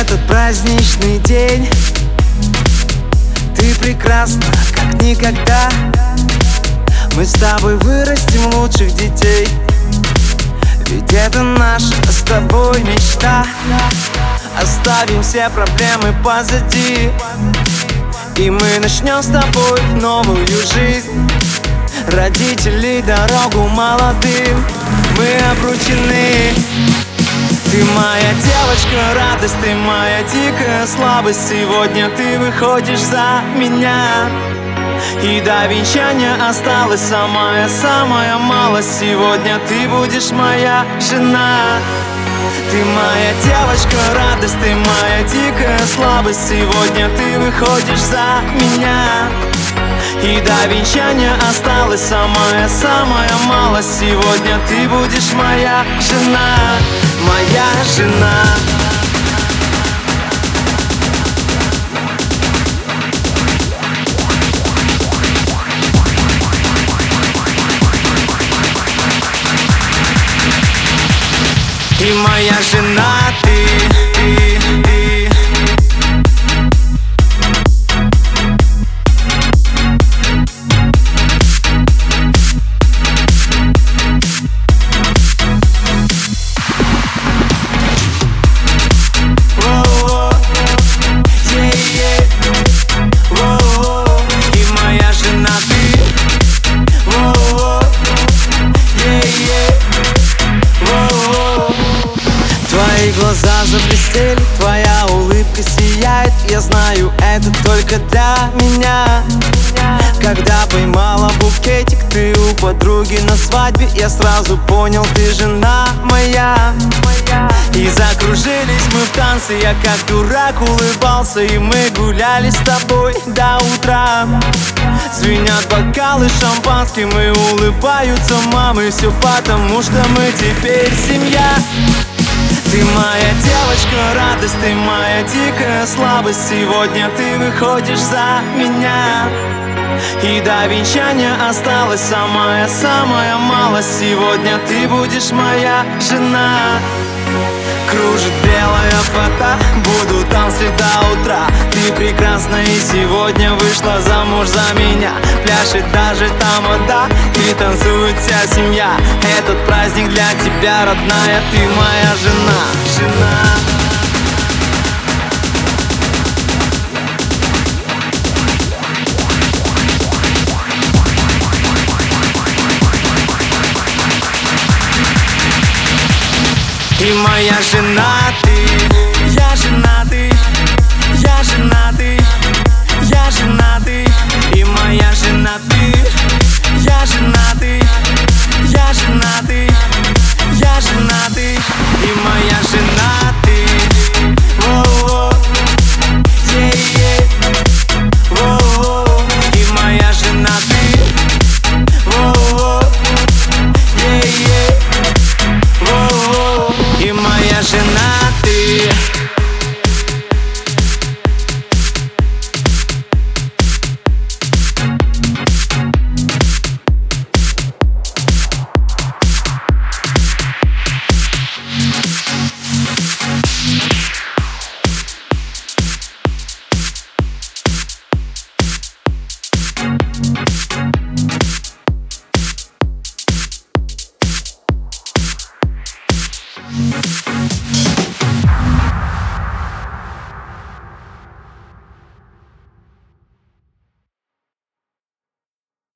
этот праздничный день. Ты прекрасна, как никогда. Мы с тобой вырастим лучших детей, ведь это наша с тобой мечта. Оставим все проблемы позади, и мы начнем с тобой новую жизнь. Родителей дорогу молодым мы обручены. Ты моя девочка, радость, ты моя дикая слабость. Сегодня ты выходишь за меня, и до венчания осталась самая малость. Сегодня ты будешь моя жена. Ты моя девочка, радость, ты моя дикая слабость. Сегодня ты выходишь за меня, и до венчания осталась самая малость. Сегодня ты будешь моя жена, моя жена. Ты моя жена, ты. Твои глаза заблестели, твоя улыбка сияет. Я знаю, это только для меня. Когда поймала букетик ты у подруги на свадьбе, я сразу понял, ты жена моя. И закружились мы в танце, я как дурак улыбался, и мы гуляли с тобой до утра. Звенят бокалы шампанским, и улыбаются мамы. Все потому, что мы теперь семья. Ты моя девочка, радость, ты моя дикая слабость. Сегодня ты выходишь за меня, и до венчания осталась самая малость. Сегодня ты будешь моя жена. Кружит белая вода, буду танцевать до утра. Ты прекрасна и сегодня вышла замуж за меня. Пляшет даже тамада, и танцует вся семья. Этот праздник для тебя, родная, ты моя жена, жена. Ты моя жена.